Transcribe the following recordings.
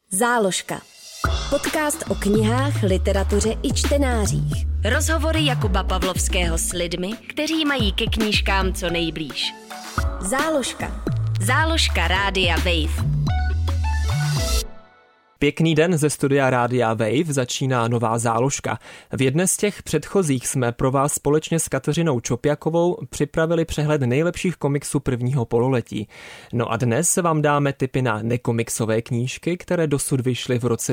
Záložka. Podcast o knihách, literatuře i čtenářích. Rozhovory Jakuba Pavlovského s lidmi, kteří mají ke knížkám co nejblíž. Záložka. Záložka Rádia Wave. Pěkný den ze studia Rádia Wave, začíná nová záložka. V jedné z těch předchozích jsme pro vás společně s Kateřinou Čopjakovou připravili přehled nejlepších komiksů prvního pololetí. No a dnes vám dáme tipy na nekomiksové knížky, které dosud vyšly v roce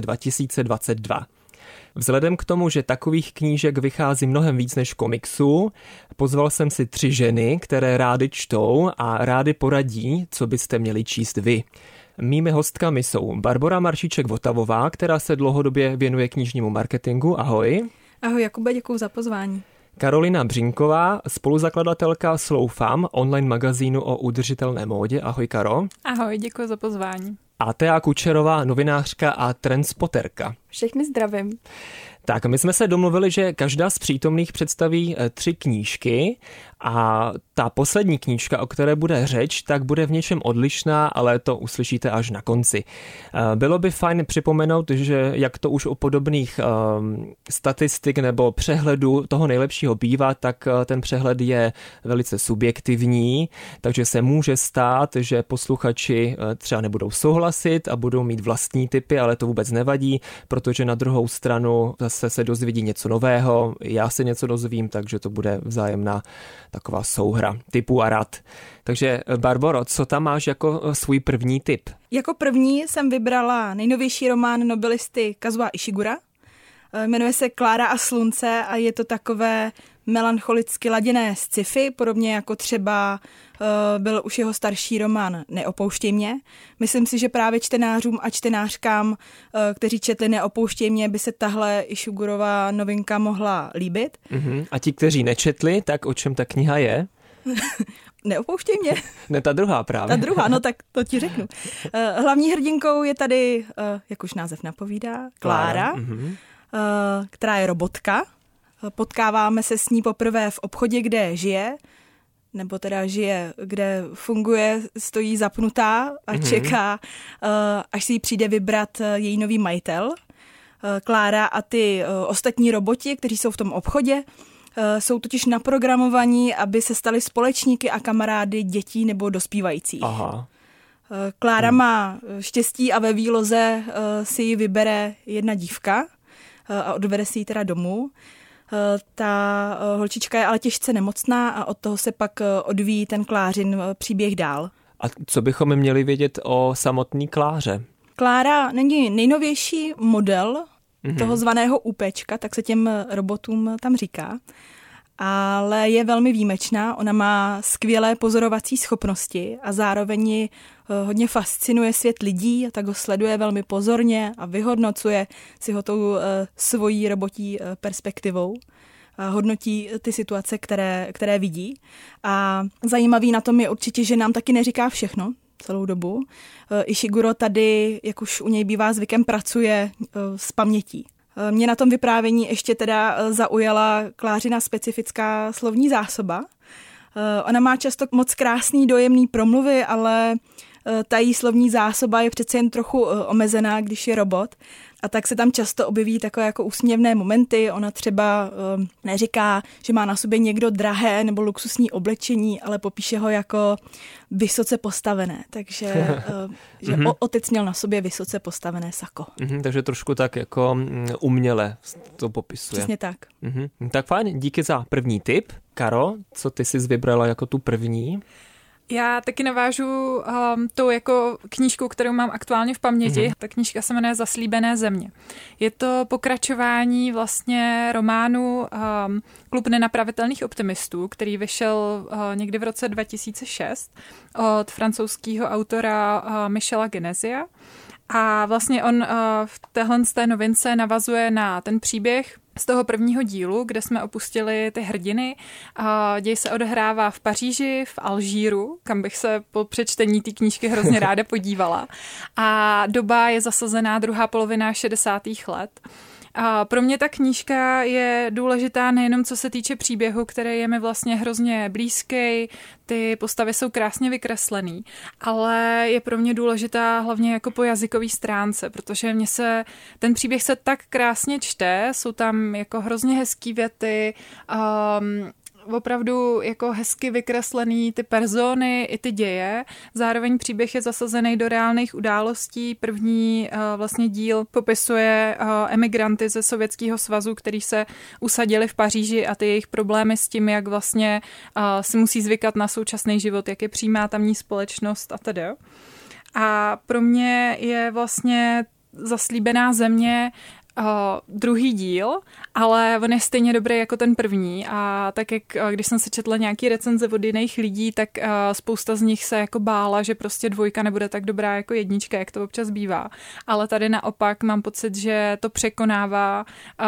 2022. Vzhledem k tomu, že takových knížek vychází mnohem víc než komiksů, pozval jsem si 3 ženy, které rády čtou a rády poradí, co byste měli číst vy. Mými hostkami jsou Barbora Maršíček-Votavová, která se dlouhodobě věnuje knižnímu marketingu. Ahoj. Ahoj Jakube, děkuji za pozvání. Karolina Břínková, spoluzakladatelka Slow Fam, online magazínu o udržitelné módě. Ahoj Karo. Ahoj, děkuji za pozvání. A Thea Kučerová, novinářka a trendspoterka. Všechny zdravím. Tak, my jsme se domluvili, že každá z přítomných představí 3 knížky a ta poslední knížka, o které bude řeč, tak bude v něčem odlišná, ale to uslyšíte až na konci. Bylo by fajn připomenout, že jak to už u podobných statistik nebo přehledu toho nejlepšího bývá, tak ten přehled je velice subjektivní, takže se může stát, že posluchači třeba nebudou souhlasit a budou mít vlastní tipy, ale to vůbec nevadí, protože na druhou stranu zase se dozvědí něco nového, já se něco dozvím, takže to bude vzájemná taková souhra typů a rad. Takže Barboro, co tam máš jako svůj první tip? Jako první jsem vybrala nejnovější román nobelisty Kazuo Ishigura. Jmenuje se Klára a slunce a je to takové melancholicky laděné sci-fi, podobně jako třeba byl už jeho starší román Neopouštěj mě. Myslím si, že právě čtenářům a čtenářkám, kteří četli Neopouštěj mě, by se tahle Ishigurova novinka mohla líbit. A ti, kteří nečetli, tak o čem ta kniha je? Neopouštěj mě. Ne, ta druhá právě. Ta druhá, no tak to ti řeknu. Hlavní hrdinkou je tady, jak už název napovídá, Klára, která je robotka. Potkáváme se s ní poprvé v obchodě, kde žije, nebo teda žije, kde funguje, stojí zapnutá a čeká, až si ji přijde vybrat její nový majitel. Klára a ty ostatní roboti, kteří jsou v tom obchodě, jsou totiž naprogramovaní, aby se stali společníky a kamarády dětí nebo dospívajících. Aha. Klára má štěstí a ve výloze si ji vybere jedna dívka a odvede si ji teda domů. Ta holčička je ale těžce nemocná a od toho se pak odvíjí ten Klářin příběh dál. A co bychom měli vědět o samotné Kláře? Klára není nejnovější model toho zvaného UPčka, tak se těm robotům tam říká, ale je velmi výjimečná. Ona má skvělé pozorovací schopnosti a zároveň ji hodně fascinuje svět lidí, a tak ho sleduje velmi pozorně a vyhodnocuje si ho tou svojí robotí perspektivou. A hodnotí ty situace, které vidí. A zajímavý na tom je určitě, že nám taky neříká všechno celou dobu. Ishiguro tady, jak už u něj bývá zvykem, pracuje s pamětí. Mě na tom vyprávění ještě teda zaujala Klářina specifická slovní zásoba. Ona má často moc krásný, dojemný promluvy, ale ta jí slovní zásoba je přece jen trochu omezená, když je robot. A tak se tam často objeví takové jako úsměvné momenty. Ona třeba neříká, že má na sobě někdo drahé nebo luxusní oblečení, ale popíše ho jako vysoce postavené. Takže že otec měl na sobě vysoce postavené sako. Takže trošku tak jako uměle to popisuje. Přesně tak. Tak fajn, díky za první tip. Karo, co ty jsi vybrala jako tu první? Já taky navážu tou jako knížku, kterou mám aktuálně v paměti. Ta knížka se jmenuje Zaslíbené země. Je to pokračování vlastně románu Klub nenapravitelných optimistů, který vyšel někdy v roce 2006 od francouzského autora Michela Genezia. A vlastně on v té novince navazuje na ten příběh z toho prvního dílu, kde jsme opustili ty hrdiny. Děj se odehrává v Paříži, v Alžíru, kam bych se po přečtení té knížky hrozně ráda podívala. A doba je zasazená druhá polovina 60. let. A pro mě ta knížka je důležitá nejenom co se týče příběhu, který je mi vlastně hrozně blízký, ty postavy jsou krásně vykreslený, ale je pro mě důležitá hlavně jako po jazykové stránce, protože ten příběh se tak krásně čte, jsou tam jako hrozně hezký věty, opravdu jako hezky vykreslený ty persony i ty děje. Zároveň příběh je zasazený do reálných událostí. První vlastně díl popisuje emigranty ze Sovětského svazu, kteří se usadili v Paříži a ty jejich problémy s tím, jak vlastně si musí zvykat na současný život, jak je přijímá tamní společnost a tedy. A pro mě je vlastně Zaslíbená země druhý díl, ale on je stejně dobrý jako ten první a tak jak když jsem se četla nějaký recenze od jiných lidí, tak spousta z nich se jako bála, že prostě 2 nebude tak dobrá jako 1, jak to občas bývá. Ale tady naopak mám pocit, že to překonává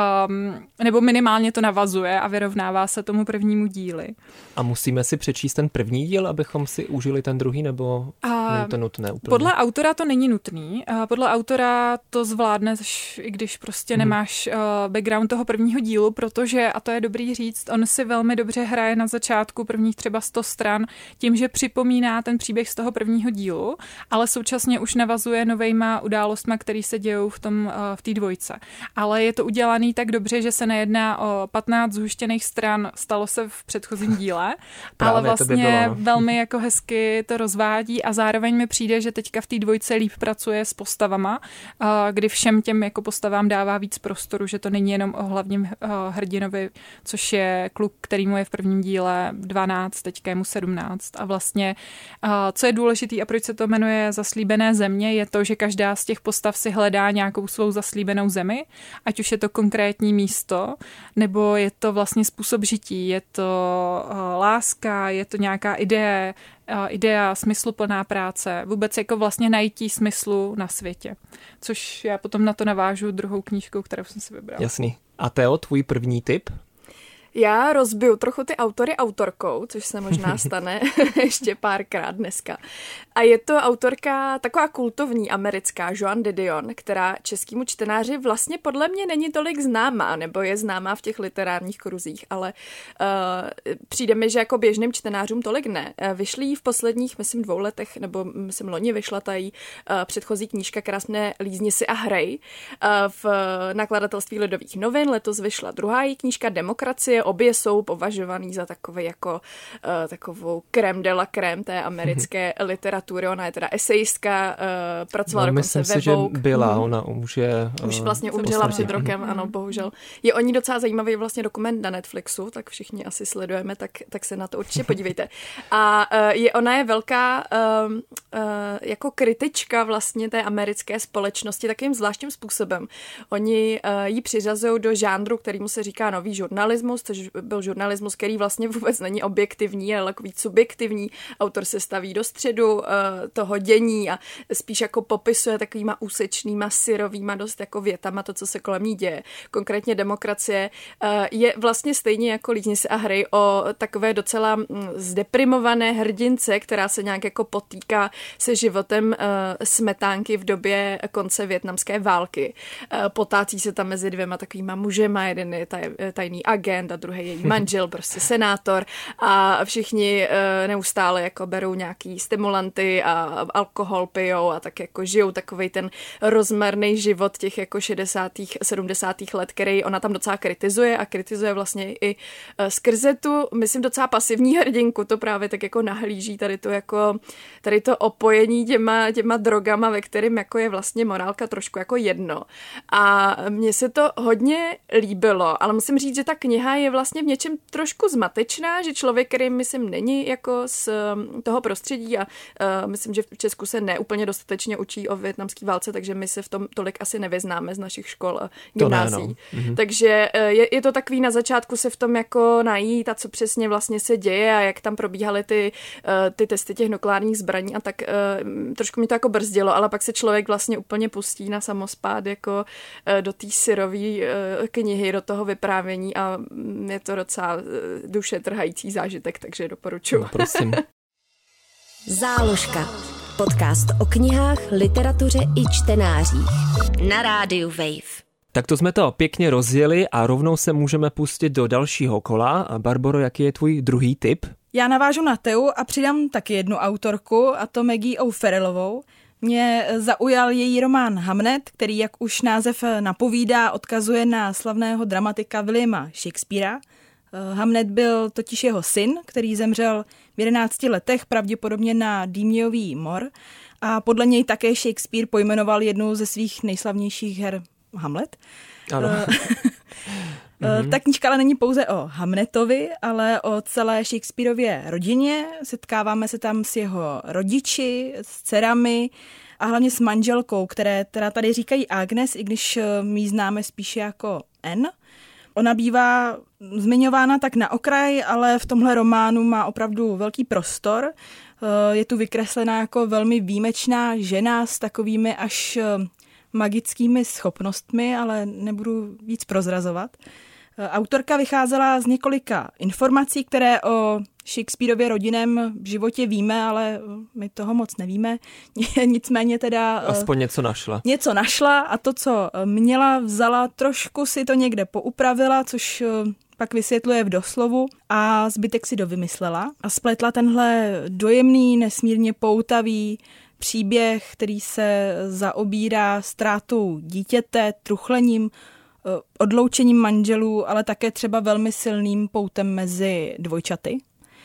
nebo minimálně to navazuje a vyrovnává se tomu prvnímu díli. A musíme si přečíst ten první díl, abychom si užili ten druhý, nebo není to nutné úplně? Podle autora to není nutný. Podle autora to zvládneš, i když prostě nemáš background toho prvního dílu, protože, a to je dobrý říct, on si velmi dobře hraje na začátku prvních třeba 100 stran tím, že připomíná ten příběh z toho prvního dílu, ale současně už navazuje novejma událostma, které se dějou v té 2. Ale je to udělaný tak dobře, že se nejedná o 15 zhuštěných stran, stalo se v předchozím díle, ale vlastně velmi jako hezky to rozvádí a zároveň mi přijde, že teďka v té 2 líp pracuje s postavama, kdy všem těm jako postavám dává víc prostoru, že to není jenom o hlavním hrdinovi, což je kluk, kterýmu je v prvním díle 12, teďka je mu 17. A vlastně, co je důležitý a proč se to jmenuje Zaslíbené země, je to, že každá z těch postav si hledá nějakou svou zaslíbenou zemi, ať už je to konkrétní místo, nebo je to vlastně způsob žití, je to láska, je to nějaká idea, smysluplná práce, vůbec jako vlastně najítí smyslu na světě. Což já potom na to navážu druhou knížkou, kterou jsem si vybrala. Jasný. A Teo, tvůj první tip? Já rozbiju trochu ty autory autorkou, což se možná stane ještě párkrát dneska. A je to autorka taková kultovní americká, Joan Didion, která českému čtenáři vlastně podle mě není tolik známá, nebo je známá v těch literárních kruzích, ale přijde mi, že jako běžným čtenářům tolik ne. Vyšly jí v posledních, myslím, 2 letech, nebo myslím loni vyšla ta její předchozí knížka, která se jmenuje Lízni si a hrej v nakladatelství Lidových novin. Letos vyšla druhá její knížka Demokracie. Obě jsou považovaný za takové jako takovou crème de la crème té americké literatury. Ona je teda esejistka, pracovala dokonce ve Vogue. Že byla, ona už je... Už vlastně umřela před rokem, ano, bohužel. Je o ní docela zajímavý vlastně dokument na Netflixu, tak všichni asi sledujeme, tak se na to určitě podívejte. A ona je velká jako kritička vlastně té americké společnosti takovým zvláštním způsobem. Oni ji přiřazují do žánru, kterýmu se říká nový žurnalismus, což byl žurnalismus, který vlastně vůbec není objektivní, ale takový subjektivní. Autor se staví do středu toho dění a spíš jako popisuje takovýma úsečnýma, syrovýma dost jako větama to, co se kolem ní děje. Konkrétně Demokracie je vlastně stejně jako Lízni si a hrej o takové docela zdeprimované hrdince, která se nějak jako potýká se životem smetánky v době konce vietnamské války. Potácí se tam mezi 2 takovýma mužema, jeden je tajný agent a druhý její manžel, prostě senátor a všichni neustále jako berou nějaký stimulanty a alkohol pijou a tak jako žijou takovej ten rozmarný život těch jako 60. 70. let, který ona tam docela kritizuje a kritizuje vlastně i skrze tu, myslím, docela pasivní hrdinku, to právě tak jako nahlíží tady to opojení těma drogama, ve kterým jako je vlastně morálka trošku jako jedno. A mně se to hodně líbilo, ale musím říct, že ta kniha je vlastně v něčem trošku zmatečná, že člověk, který myslím není jako z toho prostředí a myslím, že v Česku se neúplně dostatečně učí o vietnamské válce, takže my se v tom tolik asi nevyznáme z našich škol a gymnázií. Takže je to takový na začátku se v tom jako najít a co přesně vlastně se děje a jak tam probíhaly ty testy těch nukleárních zbraní a tak trošku mi to jako brzdilo, ale pak se člověk vlastně úplně pustí na samospád jako do té syrové knihy, do toho vyprávění a je to docela duše trhající zážitek, takže doporučuji. No, prosím. Záložka. Podcast o knihách, literatuře i čtenářích. Na rádiu Wave. Tak to jsme to pěkně rozjeli a rovnou se můžeme pustit do dalšího kola. Barboro, jaký je tvůj druhý tip? Já navážu na Teu a přidám taky jednu autorku, a to Maggie O'Farrellovou. Mě zaujal její román Hamnet, který, jak už název napovídá, odkazuje na slavného dramatika Williama Shakespearea. Hamnet byl totiž jeho syn, který zemřel v 11 letech, pravděpodobně na dýmňový mor. A podle něj také Shakespeare pojmenoval jednu ze svých nejslavnějších her Hamlet. Ano. Ta knížka ale není pouze o Hamnetovi, ale o celé Shakespearově rodině. Setkáváme se tam s jeho rodiči, s dcerami a hlavně s manželkou, které teda tady říkají Agnes, i když my ji známe spíše jako Anne. Ona bývá zmiňována tak na okraj, ale v tomhle románu má opravdu velký prostor. Je tu vykreslená jako velmi výjimečná žena s takovými až magickými schopnostmi, ale nebudu víc prozrazovat. Autorka vycházela z několika informací, které o Shakespearově rodinném životě víme, ale my toho moc nevíme. Nicméně teda... Aspoň něco našla. Něco našla a to, co měla, vzala, trošku si to někde poupravila, což pak vysvětluje v doslovu a zbytek si dovymyslela. A spletla tenhle dojemný, nesmírně poutavý příběh, který se zaobírá ztrátou dítěte, truchlením, odloučením manželů, ale také třeba velmi silným poutem mezi dvojčaty.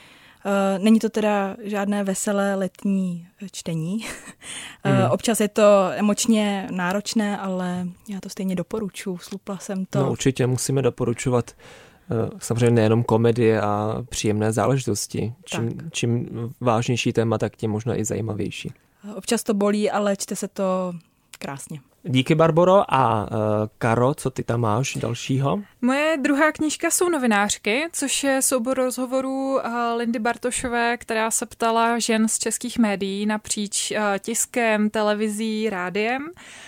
Není to teda žádné veselé letní čtení. Občas je to emočně náročné, ale já to stejně doporučuji. Slupla jsem to. No určitě musíme doporučovat samozřejmě nejenom komedie a příjemné záležitosti. Čím vážnější téma, tak tím možná i zajímavější. Občas to bolí, ale čte se to krásně. Díky, Barboro. A Karo, co ty tam máš dalšího? Moje druhá knížka jsou Novinářky, což je soubor rozhovorů Lindy Bartošové, která se ptala žen z českých médií napříč tiskem, televizí, rádiem.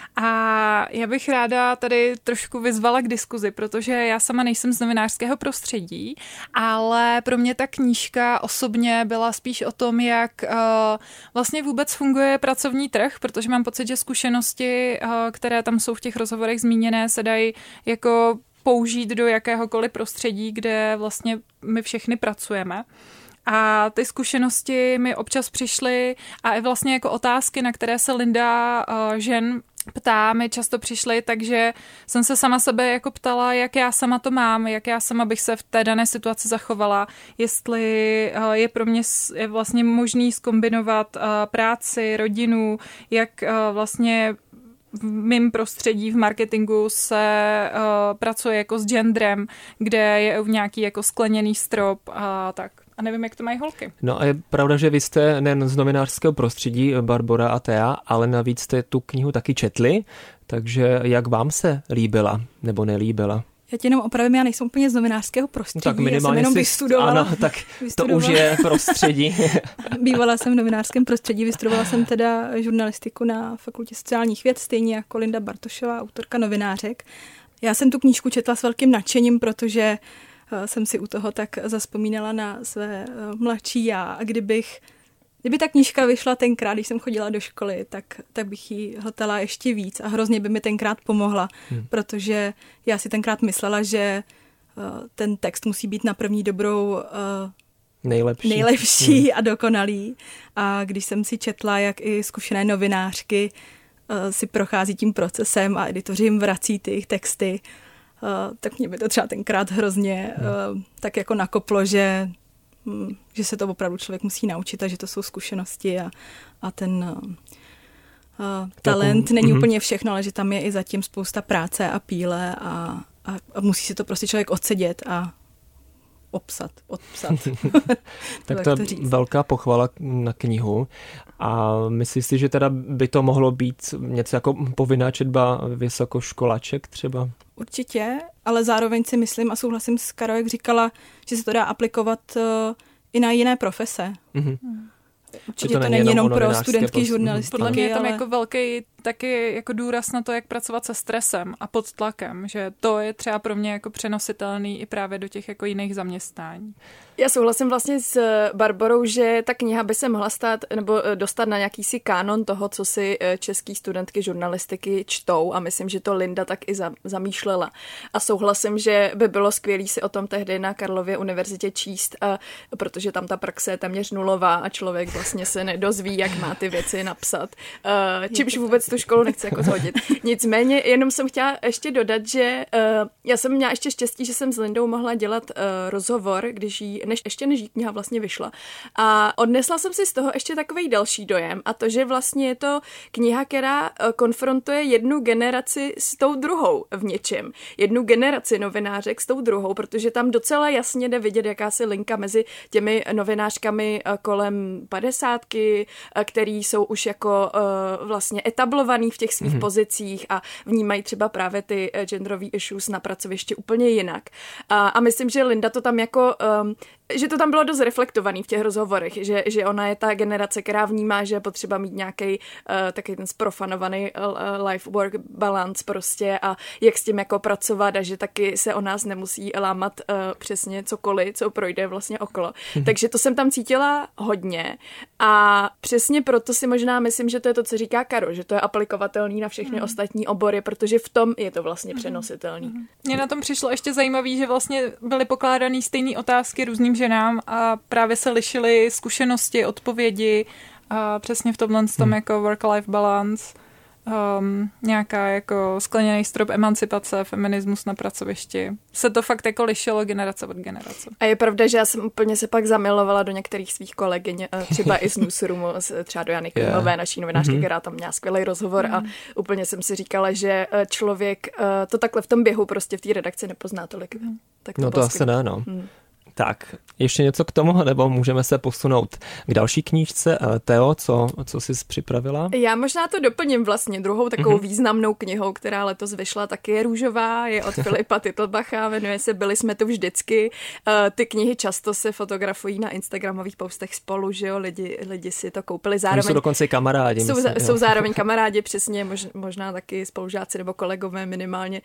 A já bych ráda tady trošku vyzvala k diskuzi, protože já sama nejsem z novinářského prostředí, ale pro mě ta knížka osobně byla spíš o tom, jak vlastně vůbec funguje pracovní trh, protože mám pocit, že zkušenosti, které tam jsou v těch rozhovorech zmíněné, se dají jako použít do jakéhokoliv prostředí, kde vlastně my všechny pracujeme. A ty zkušenosti mi občas přišly a i vlastně jako otázky, na které se Linda žen ptá, mi často přišly, takže jsem se sama sebe jako ptala, jak já sama to mám, jak já sama bych se v té dané situaci zachovala, jestli je pro mě je vlastně možný zkombinovat práci, rodinu, jak vlastně v mém prostředí v marketingu se pracuje jako s genderem, kde je nějaký jako skleněný strop a tak. A nevím, jak to mají holky. No a je pravda, že vy jste nejen z novinářského prostředí, Barbora a Thea, ale navíc jste tu knihu taky četli, takže jak vám se líbila nebo nelíbila? Já tě jenom opravím, já nejsem úplně z novinářského prostředí, tak minimálně já jsem jenom vystudovala. Ano, tak to už je prostředí. Bývala jsem v novinářském prostředí, vystudovala jsem teda žurnalistiku na Fakultě sociálních věd, stejně jako Linda Bartošová, autorka Novinářek. Já jsem tu knížku četla s velkým nadšením, protože jsem si u toho tak zazpomínala na své mladší já. A kdyby ta knížka vyšla tenkrát, když jsem chodila do školy, tak bych ji hltala ještě víc a hrozně by mi tenkrát pomohla, protože já si tenkrát myslela, že ten text musí být na první dobrou nejlepší a dokonalý. A když jsem si četla, jak i zkušené novinářky si prochází tím procesem a editoři jim vrací ty jejich texty, tak mě by to třeba tenkrát hrozně tak jako nakoplo, že se to opravdu člověk musí naučit a že to jsou zkušenosti a ten talent není úplně všechno, ale že tam je i zatím spousta práce a píle a musí si to prostě člověk odsedět a odpsat. Tak to je velká pochvala na knihu. A myslíš si, že teda by to mohlo být něco jako povinná četba vysokoškolaček třeba? Určitě, ale zároveň si myslím a souhlasím s Karo, jak říkala, že se to dá aplikovat i na jiné profese. Určitě to není jenom pro studentky žurnalistiky. Podle mě je tam jako velký taky jako důraz na to, jak pracovat se stresem a pod tlakem, že to je třeba pro mě jako přenositelný i právě do těch jako jiných zaměstnání. Já souhlasím vlastně s Barborou, že ta kniha by se mohla stát nebo dostat na nějaký si kánon toho, co si český studentky žurnalistiky čtou a myslím, že to Linda tak i zamýšlela. A souhlasím, že by bylo skvělý si o tom tehdy na Karlově univerzitě číst, protože tam ta praxe je téměř nulová a člověk vlastně se nedozví, jak má ty věci napsat. Čímž vůbec tu školu nechci jako zhodit. Nicméně jenom jsem chtěla ještě dodat, že já jsem měla ještě štěstí, že jsem s Lindou mohla dělat rozhovor, ještě než jí kniha vlastně vyšla. A odnesla jsem si z toho ještě takovej další dojem a to, že vlastně je to kniha, která konfrontuje jednu generaci s tou druhou v něčem. Jednu generaci novinářek s tou druhou, protože tam docela jasně jde vidět jakási linka mezi těmi novinářkami kolem 50, který jsou už jako vlastně etablovaný v těch svých pozicích a vnímají třeba právě ty genderové issues na pracovišti úplně jinak. A myslím, že Linda to tam jako že to tam bylo dost reflektovaný v těch rozhovorech, že ona je ta generace, která vnímá, že je potřeba mít nějaký takový ten sprofanovaný life-work balance prostě a jak s tím jako pracovat a že taky se o nás nemusí lámat přesně cokoliv, co projde vlastně okolo. Takže to jsem tam cítila hodně a přesně proto si možná myslím, že to je to, co říká Karo, že to je aplikovatelný na všechny ostatní obory, protože v tom je to vlastně přenositelný. Mně na tom přišlo ještě zajímavý, že vlastně byly pokládané stejné otázky různým ženám a právě se lišily zkušenosti, odpovědi a přesně v tomhle tom jako work-life balance, nějaká jako skleněný strop emancipace, feminismus na pracovišti. Se to fakt jako lišilo generace od generace. A je pravda, že já jsem úplně se pak zamilovala do některých svých kolegyň, třeba i z Newsroomu, třeba do Jany Klimové, naší novinářky, která tam měla skvělý rozhovor a úplně jsem si říkala, že člověk to takhle v tom běhu prostě v té redakci nepozná tolik. Tak to asi ne, no. Tak, ještě něco k tomu, nebo můžeme se posunout k další knížce. Teo, co jsi připravila? Já možná to doplním vlastně. Druhou takovou významnou knihou, která letos vyšla, taky je růžová, je od Filipa Titlbacha, jmenuje se Byli jsme tu vždycky. Ty knihy často se fotografují na instagramových postech spolu, že jo, lidi si to koupili. Zároveň jsou dokonce kamarádi. Jsou zároveň kamarádi, přesně, možná taky spolužáci nebo kolegové minimálně.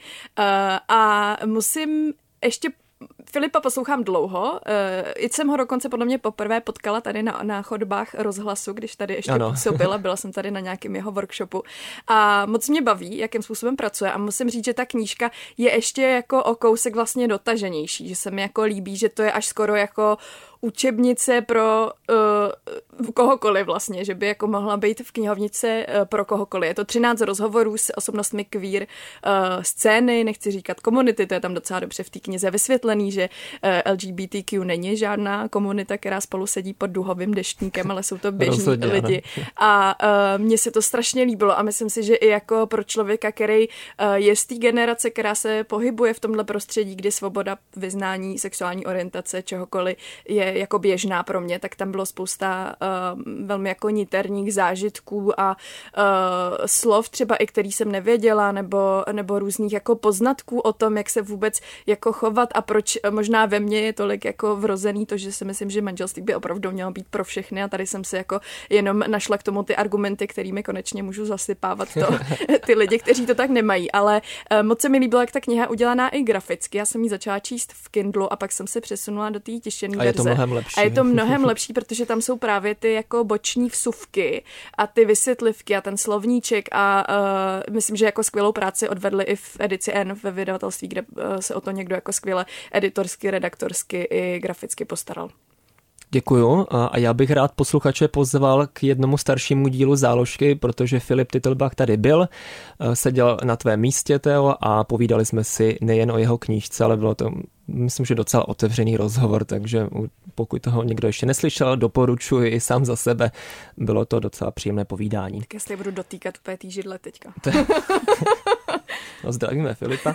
A musím ještě Filipa poslouchám dlouho. Jsem ho dokonce podle mě poprvé potkala tady na chodbách Rozhlasu, když tady ještě působila. Byla jsem tady na nějakém jeho workshopu. A moc mě baví, jakým způsobem pracuje. A musím říct, že ta knížka je ještě jako o kousek vlastně dotaženější. Že se mi jako líbí, že to je až skoro jako učebnice pro kohokoliv vlastně, že by jako mohla být v knihovnici pro kohokoliv. Je to 13 rozhovorů s osobnostmi queer scény, nechci říkat komunity, to je tam docela dobře v té knize vysvětlený, že LGBTQ není žádná komunita, která spolu sedí pod duhovým deštníkem, ale jsou to běžní lidi. A mně se to strašně líbilo a myslím si, že i jako pro člověka, který je z té generace, která se pohybuje v tomhle prostředí, kdy svoboda vyznání, sexuální orientace, čehokoliv je jako běžná pro mě, tak tam bylo spousta velmi jako niterních zážitků a slov třeba i který jsem nevěděla, nebo různých jako poznatků o tom, jak se vůbec jako chovat a proč možná ve mně je tolik jako vrozený to, že si myslím, že manželství by opravdu mělo být pro všechny a tady jsem si jako jenom našla k tomu ty argumenty, kterými konečně můžu zasypávat ty lidi, kteří to tak nemají, ale moc se mi líbilo, jak ta kniha udělaná i graficky. Já jsem ji začala číst v Kindlu a pak jsem se přesunula do té tištěné verze. Lepší. A je to mnohem lepší, protože tam jsou právě ty jako boční vsuvky a ty vysvětlivky a ten slovníček a myslím, že jako skvělou práci odvedli i v edici N ve vydavatelství, kde se o to někdo jako skvěle editorsky, redaktorsky i graficky postaral. Děkuju a já bych rád posluchače pozval k jednomu staršímu dílu Záložky, protože Filip Titlbach tady byl, seděl na tvém místě, Teo, a povídali jsme si nejen o jeho knížce, ale bylo to, myslím, že docela otevřený rozhovor, takže pokud toho někdo ještě neslyšel, doporučuji i sám za sebe. Bylo to docela příjemné povídání. Tak já se budu dotýkat úplně tý židle teďka. No, zdravíme Filipa.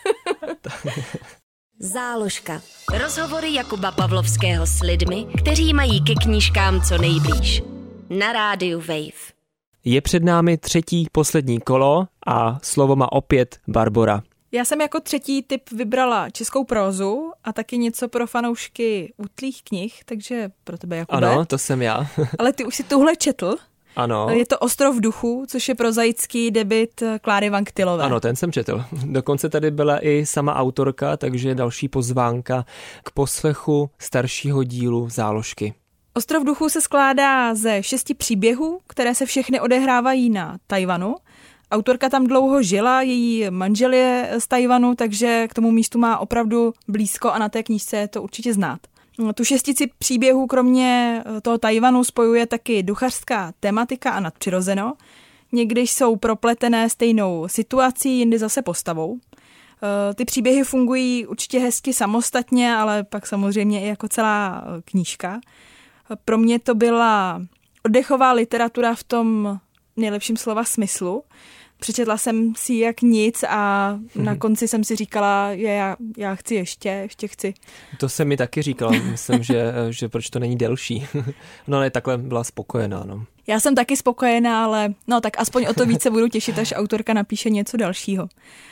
Záložka. Rozhovory Jakuba Pavlovského s lidmi, kteří mají ke knížkám co nejblíž. Na rádiu Wave. Je před námi třetí poslední kolo a slovo má opět Barbora. Já jsem jako třetí typ vybrala českou prózu a taky něco pro fanoušky útlých knih, takže pro tebe, Jakube. Ano, to jsem já. Ale ty už si tuhle četl. Ano. Je to Ostrov duchů, což je prozaický debut Kláry Vanktylové. Ano, ten jsem četl. Dokonce tady byla i sama autorka, takže další pozvánka k poslechu staršího dílu Záložky. Ostrov duchů se skládá ze 6 příběhů, které se všechny odehrávají na Tajvanu. Autorka tam dlouho žila, její manžel je z Tajvanu, takže k tomu místu má opravdu blízko a na té knížce je to určitě znát. Tu 6 příběhů kromě toho Tajvanu spojuje taky duchařská tematika a nadpřirozeno. Někdy jsou propletené stejnou situací, jindy zase postavou. Ty příběhy fungují určitě hezky samostatně, ale pak samozřejmě i jako celá knížka. Pro mě to byla oddechová literatura v tom nejlepším slova smyslu. Přečetla jsem si jak nic a na konci jsem si říkala, já chci ještě chci. To se mi taky říkala, myslím, že proč to není delší. No ale takhle byla spokojená, no. Já jsem taky spokojená, ale no tak aspoň o to více budu těšit, až autorka napíše něco dalšího.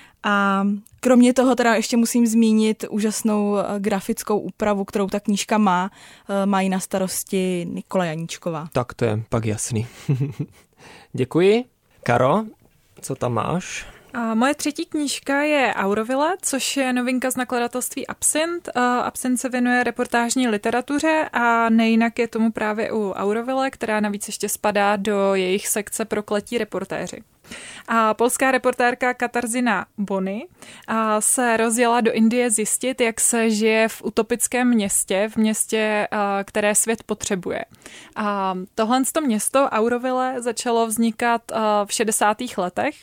A kromě toho teda ještě musím zmínit úžasnou grafickou úpravu, kterou ta knížka má. Má ji na starosti Nikola Janíčková. Tak to je pak jasný. Děkuji. Karo, co tam máš? A moje třetí knížka je Auroville, což je novinka z nakladatelství Absint. Absint se věnuje reportážní literatuře a nejinak je tomu právě u Auroville, která navíc ještě spadá do jejich sekce Prokletí reportéři. A polská reportérka Katarzyna Bony se rozjela do Indie zjistit, jak se žije v utopickém městě, v městě, které svět potřebuje. A tohle město, Auroville, začalo vznikat v 60. letech.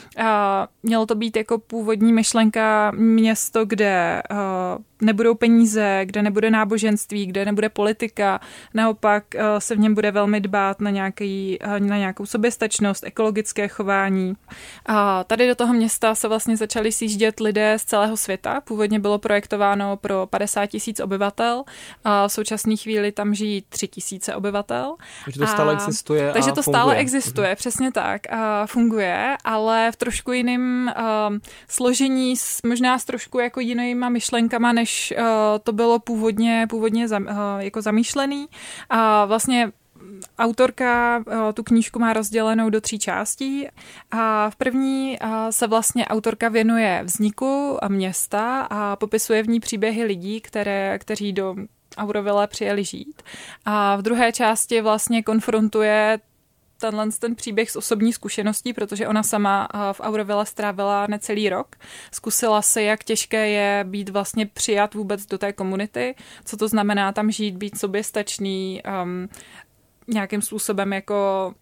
Mělo to být jako původní myšlenka město, kde nebudou peníze, kde nebude náboženství, kde nebude politika. Naopak se v něm bude velmi dbát na nějakou soběstačnost, ekologické chování. A tady do toho města se vlastně začali sjíždět lidé z celého světa. Původně bylo projektováno pro 50 000 obyvatel. A v současné chvíli tam žijí 3 000 obyvatel. Takže to stále existuje. Takže to stále existuje, přesně tak. A funguje, ale v trošku jiném složení, možná s trošku jako jinýma myšlenkama, než to bylo původně jako zamýšlený. A vlastně autorka tu knížku má rozdělenou do 3 částí a v první se vlastně autorka věnuje vzniku města a popisuje v ní příběhy lidí, kteří do Auroville přijeli žít. A v druhé části vlastně konfrontuje ten příběh s osobní zkušeností, protože ona sama v Auroville strávila necelý rok. Zkusila si, jak těžké je být vlastně přijat vůbec do té komunity, co to znamená tam žít, být soběstačný, nějakým způsobem jako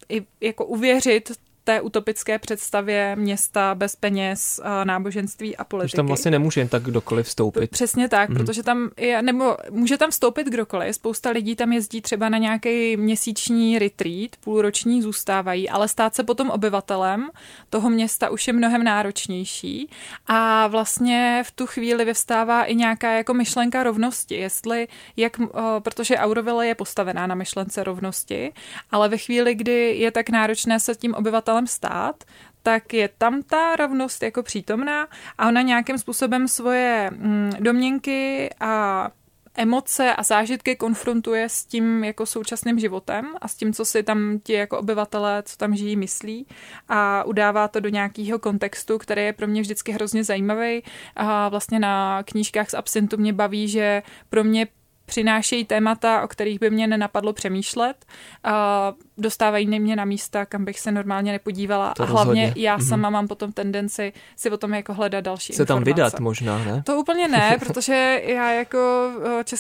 uvěřit té utopické představě města bez peněz, náboženství a politiky. Protože tam vlastně nemůže jen tak kdokoliv vstoupit. Přesně tak, protože tam nebo může tam vstoupit kdokoliv. Spousta lidí tam jezdí třeba na nějaký měsíční retreat, půlroční zůstávají, ale stát se potom obyvatelem toho města už je mnohem náročnější a vlastně v tu chvíli vyvstává i nějaká jako myšlenka rovnosti, protože Auroville je postavená na myšlence rovnosti, ale ve chvíli, kdy je tak náročné se tím obyvatelem stát, tak je tam ta rovnost jako přítomná a ona nějakým způsobem svoje domněnky a emoce a zážitky konfrontuje s tím jako současným životem a s tím, co si tam ti jako obyvatelé, co tam žijí, myslí a udává to do nějakého kontextu, který je pro mě vždycky hrozně zajímavý. A vlastně na knížkách z Absintu mě baví, že pro mě přinášejí témata, o kterých by mě nenapadlo přemýšlet. Dostávají mě na místa, kam bych se normálně nepodívala. To a hlavně rozhodně. já sama mám potom tendenci si o tom jako hledat další Se informace. tam vydat možná, ne? To úplně ne, protože já jako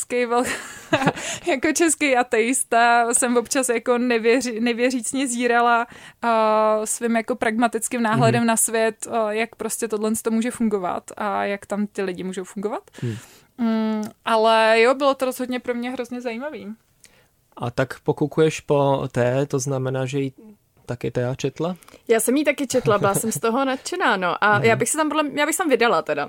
český ateista jsem občas jako nevěřícně zírala svým jako pragmatickým náhledem na svět, jak prostě tohle to může fungovat a jak tam ty lidi můžou fungovat. Ale jo, bylo to rozhodně pro mě hrozně zajímavý. A tak pokukuješ po té, to znamená, že taky Thea četla? Já jsem ji taky četla, byla jsem z toho nadšená, no. A já bych se tam vydala teda.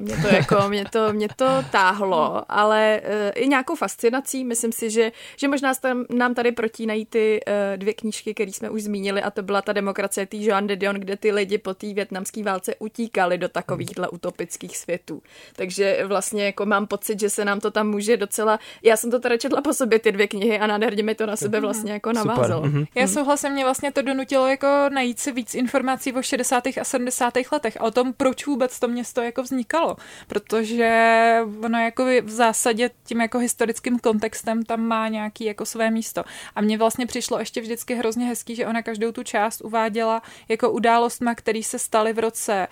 Mě to táhlo, ale i nějakou fascinací. Myslím si, že možná nám tady protínají ty dvě knížky, které jsme už zmínili, a to byla ta Demokracie tý Joan de Dion, kde ty lidi po té vietnamské válce utíkali do takovýchhle utopických světů. Takže vlastně jako mám pocit, že se nám to tam může docela... Já jsem to teda četla po sobě, ty dvě knihy, a nádherně mi to na sebe vlastně jako navázalo. Já souhlasím, mě vlastně to donutilo jako najít si víc informací o 60. a 70. letech a o tom, proč vůbec to město jako vznikalo. Protože ono jako v zásadě tím jako historickým kontextem tam má nějaký jako své místo. A mně vlastně přišlo ještě vždycky hrozně hezký, že ona každou tu část uváděla jako událostma, které se staly v roce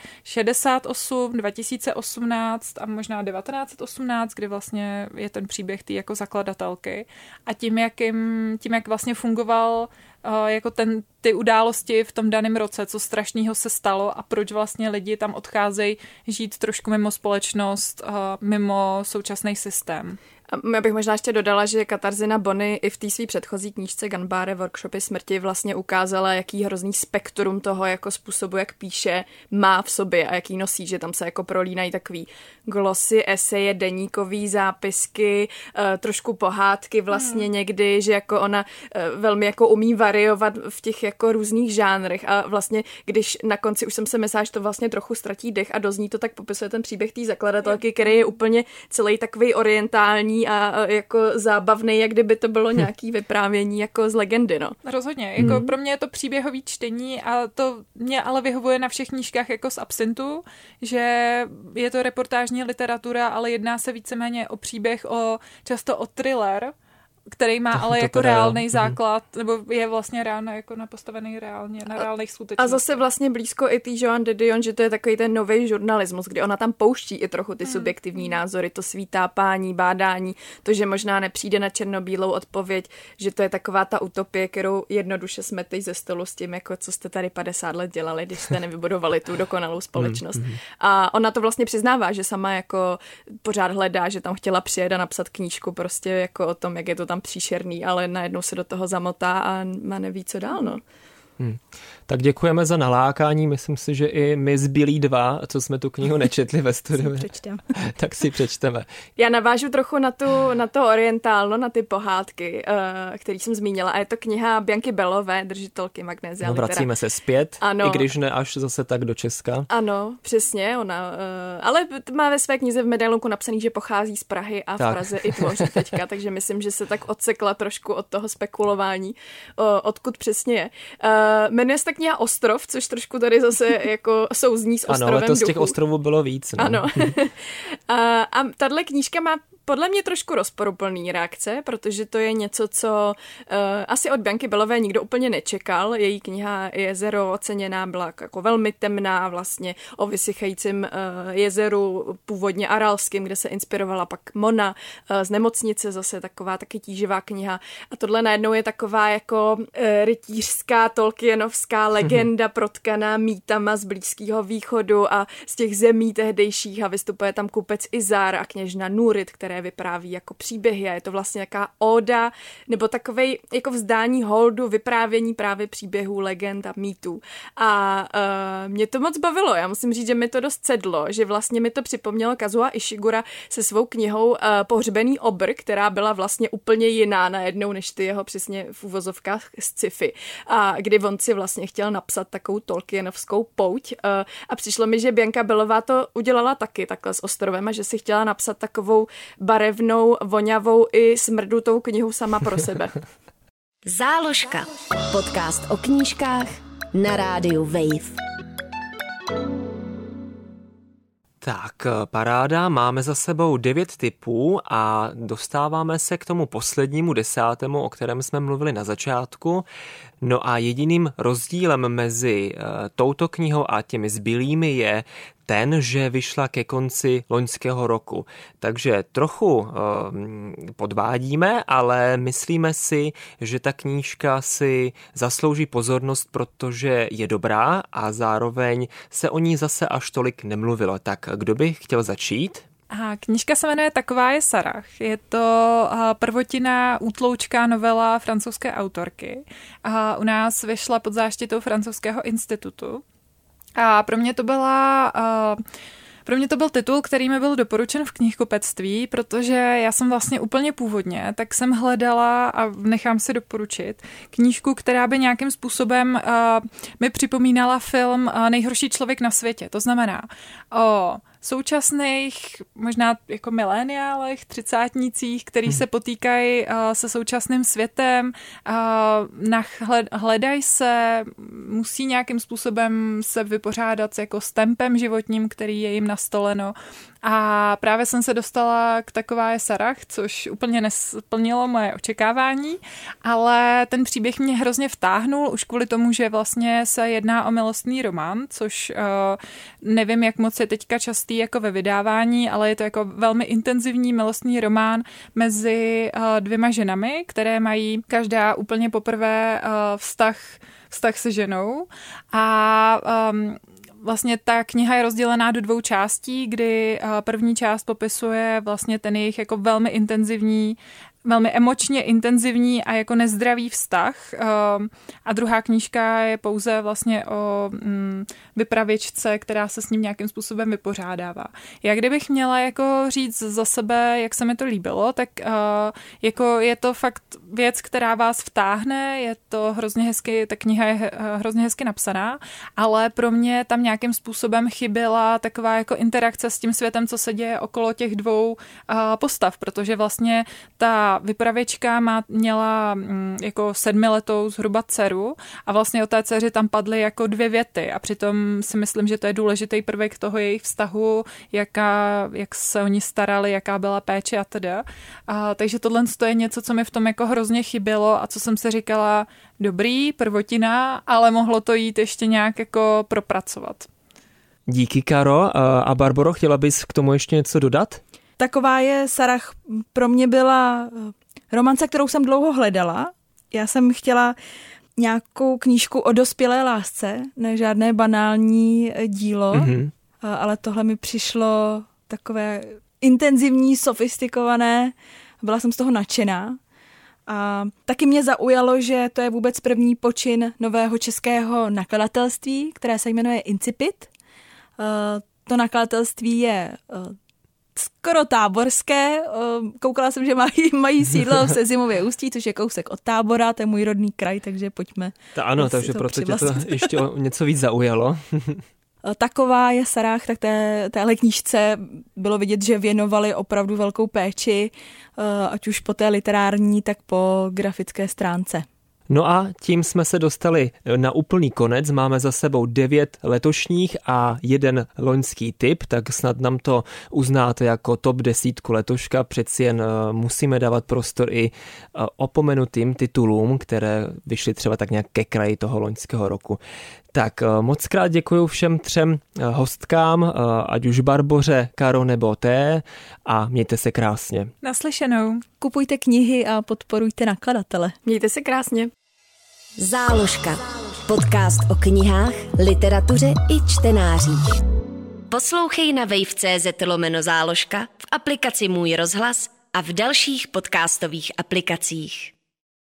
68, 2018 a možná 1918, kdy vlastně je ten příběh té jako zakladatelky. A tím, jak vlastně fungoval jako ty události v tom daném roce, co strašného se stalo a proč vlastně lidi tam odcházejí žít trošku mimo společnost, mimo současný systém. Já bych možná ještě dodala, že Katarzyna Bonny i v té své předchozí knížce Ganbare Workshopy smrti vlastně ukázala, jaký hrozný spektrum toho jako způsobu, jak píše, má v sobě a jaký nosí, že tam se jako prolínají takový glosy, eseje, deníkový zápisky, trošku pohádky vlastně někdy, že jako ona velmi jako umí variovat v těch jako různých žánrech a vlastně, když na konci už jsem se myslela, že to vlastně trochu ztratí dech a dozní to, tak popisuje ten příběh té zakladatelky, který je úplně celý takový orientální a jako zábavný, jak kdyby to bylo nějaký vyprávění jako z legendy, no. Rozhodně, jako pro mě je to příběhový čtení a to mě ale vyhovuje na všech knížkách jako z absintu, že je to reportážní literatura, ale jedná se víceméně o příběh, často o thriller, který má ale jako reálný základ, nebo je vlastně reálně jako napostavený reálně, na reálných skutečnostech. A zase vlastně blízko i tý Joan de Dion, že to je takový ten nový žurnalismus, kdy ona tam pouští i trochu ty subjektivní názory, to svítápání, bádání, to, že možná nepřijde na černobílou odpověď, že to je taková ta utopie, kterou jednoduše smetej ze stolu s tím, jako co jste tady 50 let dělali, když jste nevybudovali tu dokonalou společnost. A ona to vlastně přiznává, že sama jako pořád hledá, že tam chtěla přijet a napsat knížku prostě jako o tom, jak je to tam příšerný, ale najednou se do toho zamotá a neví, co dál, no. Tak děkujeme za nalákání. Myslím si, že i my zbylí dva, co jsme tu knihu nečetli ve studiu, tak si přečteme. Já navážu trochu na to orientálno, na ty pohádky, který jsem zmínila. A je to kniha Bianky Bellové, držitelky Magnézia Litera. Vracíme se zpět, ano. I když ne až zase tak do Česka. Ano, přesně. Ona, ale má ve své knize v medailonku napsaný, že pochází z Prahy a v Praze i tvoří teďka, takže myslím, že se tak odsekla trošku od toho spekulování, odkud přesně je. Jmenuje se ta kniha Ostrov, což trošku tady zase jako souzní s ostrovem duchů. Ano, letos těch ostrovů bylo víc. No. Ano. A tahle knížka má podle mě trošku rozporuplný reakce, protože to je něco, co asi od Bianky Bellové nikdo úplně nečekal. Její kniha Jezero oceněná byla jako velmi temná, vlastně o vysychajícím jezeru, původně aralským, kde se inspirovala pak Mona z Nemocnice, zase taková taky tíživá kniha. A tohle najednou je taková jako rytířská, tolkienovská legenda protkaná mýtama z Blízkého východu a z těch zemí tehdejších a vystupuje tam kupec Izar a kněžna Nurit, které vypráví jako příběhy a je to vlastně jaká óda nebo takovej jako vzdání holdu vyprávění právě příběhů, legend a mýtů. A mě to moc bavilo. Já musím říct, že mi to dost sedlo, že vlastně mi to připomnělo Kazuha Ishigura se svou knihou Pohřbený obr, která byla vlastně úplně jiná najednou než ty jeho přesně v uvozovkách sci-fi. A kdy on si vlastně chtěl napsat takovou tolkienovskou pouť a přišlo mi, že Bianka Bellová to udělala taky takhle s Ostrovem a že si chtěla napsat takovou barevnou, vonavou i smrdutou knihu sama pro sebe. Záložka. Podcast o knížkách na rádiu Wave. Tak, paráda, máme za sebou 9 tipů a dostáváme se k tomu poslednímu 10., o kterém jsme mluvili na začátku. No a jediným rozdílem mezi touto knihou a těmi zbylými je ten, že vyšla ke konci loňského roku. Takže trochu podvádíme, ale myslíme si, že ta knížka si zaslouží pozornost, protože je dobrá a zároveň se o ní zase až tolik nemluvilo. Tak kdo by chtěl začít? A knížka se jmenuje Taková je Sarah. Je to prvotinná útloučká novela francouzské autorky. U nás vyšla pod záštitou Francouzského institutu. A pro mě to byl titul, který mi byl doporučen v knihkupectví, protože já jsem vlastně úplně původně, tak jsem hledala a nechám si doporučit knížku, která by nějakým způsobem mi připomínala film Nejhorší člověk na světě. To znamená o současných, možná jako mileniálech, třicátnících, který se potýkají se současným světem, hledají se, musí nějakým způsobem se vypořádat jako s tempem životním, který je jim nastoleno. A právě jsem se dostala k Taková je Sarah, což úplně nesplnilo moje očekávání, ale ten příběh mě hrozně vtáhnul, už kvůli tomu, že vlastně se jedná o milostný román, což nevím, jak moc je teďka častý jako ve vydávání, ale je to jako velmi intenzivní milostný román mezi dvěma ženami, které mají každá úplně poprvé vztah se ženou a vlastně ta kniha je rozdělená do 2 částí, kdy první část popisuje vlastně ten jejich jako velmi intenzivní, velmi emočně intenzivní a jako nezdravý vztah. A druhá knížka je pouze vlastně o vypravěčce, která se s ním nějakým způsobem vypořádává. Já kdybych měla jako říct za sebe, jak se mi to líbilo, tak jako je to fakt věc, která vás vtáhne, je to hrozně hezky, ta kniha je hrozně hezky napsaná, ale pro mě tam nějakým způsobem chyběla taková jako interakce s tím světem, co se děje okolo těch 2 postav, protože vlastně ta vypravěčka měla jako 7letou zhruba dceru a vlastně o té dceři tam padly jako 2 věty a přitom si myslím, že to je důležitý prvek toho jejich vztahu, jak se oni starali, jaká byla péče a teda. Takže tohle je něco, co mi v tom jako hrozně chybělo a co jsem si říkala, dobrý, prvotina, ale mohlo to jít ještě nějak jako propracovat. Díky, Karo. A Barboro, chtěla bys k tomu ještě něco dodat? Taková je Sarah pro mě byla romance, kterou jsem dlouho hledala. Já jsem chtěla nějakou knížku o dospělé lásce, ne žádné banální dílo, ale tohle mi přišlo takové intenzivní, sofistikované. Byla jsem z toho nadšená. A taky mě zaujalo, že to je vůbec první počin nového českého nakladatelství, které se jmenuje Incipit. To nakladatelství je skoro táborské. Koukala jsem, že mají sídlo v Sezimově Ústí, což je kousek od Tábora, to je můj rodný kraj, takže pojďme. Ano, takže proto tě to ještě něco víc zaujalo. Taková je Sarah, tak téhle knížce bylo vidět, že věnovali opravdu velkou péči, ať už po té literární, tak po grafické stránce. No a tím jsme se dostali na úplný konec. Máme za sebou 9 letošních a 1 loňský tip, tak snad nám to uznáte jako top 10 letoška. Přeci jen musíme dávat prostor i opomenutým titulům, které vyšly třeba tak nějak ke kraji toho loňského roku. Tak moc krát děkuji všem 3 hostkám, ať už Barboře, Karo nebo Té, a mějte se krásně. Naslyšenou. Kupujte knihy a podporujte nakladatele. Mějte se krásně. Záložka. Podcast o knihách, literatuře i čtenářích. Poslouchej na wave.cz/záložka, v aplikaci Můj rozhlas a v dalších podcastových aplikacích.